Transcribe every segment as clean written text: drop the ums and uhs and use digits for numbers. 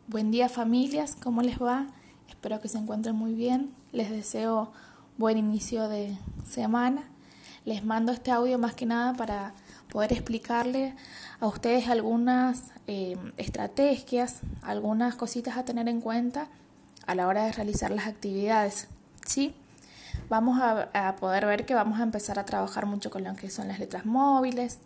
Buen día familias, ¿cómo les va? Espero que se encuentren muy bien. Les deseo buen inicio de semana. Les mando este audio más que nada para poder explicarle a ustedes algunas estrategias, algunas cositas a tener en cuenta a la hora de realizar las actividades, ¿sí? Vamos a poder ver que vamos a empezar a trabajar mucho con lo que son las letras móviles.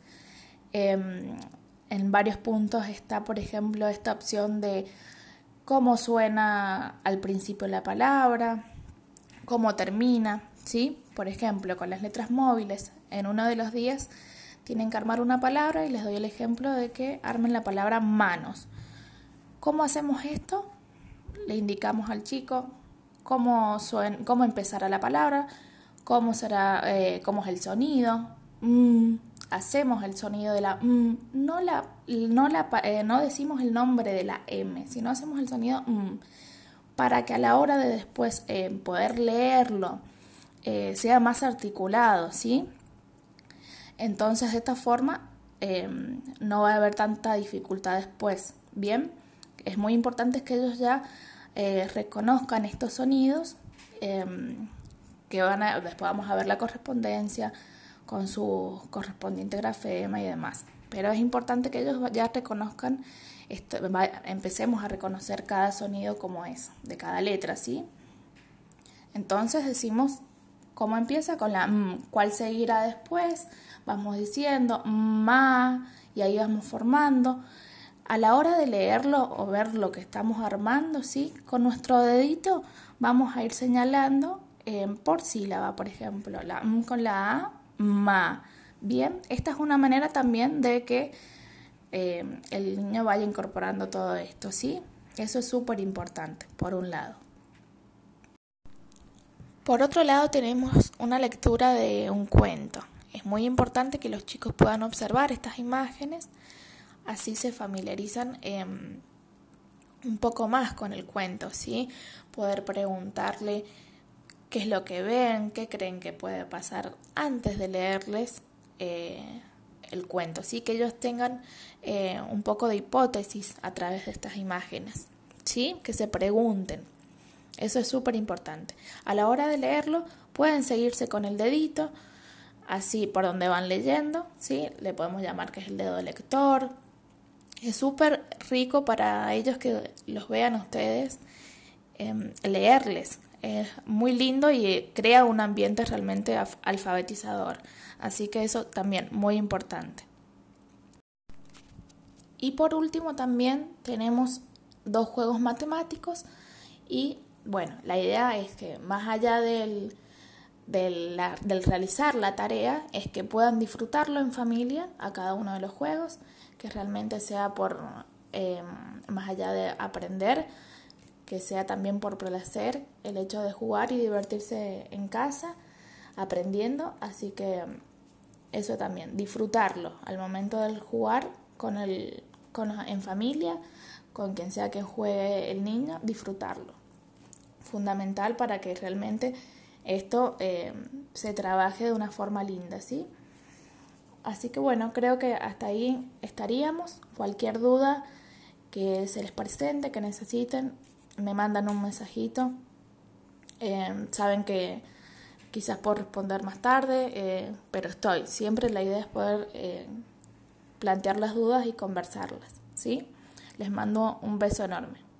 En varios puntos está, por ejemplo, esta opción de cómo suena al principio la palabra, cómo termina, ¿sí? Por ejemplo, con las letras móviles, en uno de los días tienen que armar una palabra y les doy el ejemplo de que armen la palabra manos. ¿Cómo hacemos esto? Le indicamos al chico cómo empezará la palabra, cómo es el sonido. Hacemos el sonido de la no decimos el nombre de la M, sino hacemos el sonido para que a la hora de después poder leerlo sea más articulado, ¿sí? Entonces de esta forma no va a haber tanta dificultad después, ¿bien? Es muy importante que ellos ya reconozcan estos sonidos, después vamos a ver la correspondencia con su correspondiente grafema y demás. Pero es importante que ellos ya reconozcan, empecemos a reconocer cada sonido como es, de cada letra, ¿sí? Entonces decimos cómo empieza con la cuál seguirá después, vamos diciendo ma, y ahí vamos formando. A la hora de leerlo o ver lo que estamos armando, ¿sí? Con nuestro dedito vamos a ir señalando por sílaba, por ejemplo, la con la A, ma. Bien, esta es una manera también de que el niño vaya incorporando todo esto, ¿sí? Eso es súper importante, por un lado. Por otro lado, tenemos una lectura de un cuento. Es muy importante que los chicos puedan observar estas imágenes, así se familiarizan un poco más con el cuento, ¿sí? Poder preguntarle qué es lo que ven, qué creen que puede pasar antes de leerles el cuento, ¿sí? Que ellos tengan un poco de hipótesis a través de estas imágenes, ¿sí? Que se pregunten. Eso es súper importante. A la hora de leerlo, pueden seguirse con el dedito, así por donde van leyendo, ¿sí? Le podemos llamar que es el dedo lector. Es súper rico para ellos que los vean ustedes leerles. Es muy lindo y crea un ambiente realmente alfabetizador. Así que eso también muy importante. Y por último también tenemos 2 juegos matemáticos y bueno, la idea es que más allá del realizar la tarea es que puedan disfrutarlo en familia a cada uno de los juegos, que realmente sea por más allá de aprender, que sea también por placer el hecho de jugar y divertirse en casa aprendiendo, así que eso también, disfrutarlo al momento del jugar en familia, con quien sea que juegue el niño, disfrutarlo. Fundamental para que realmente esto se trabaje de una forma linda, ¿sí? Así que bueno, creo que hasta ahí estaríamos. Cualquier duda que se les presente, que necesiten, me mandan un mensajito. Saben que quizás puedo responder más tarde, pero siempre la idea es poder plantear las dudas y conversarlas, ¿sí? Les mando un beso enorme.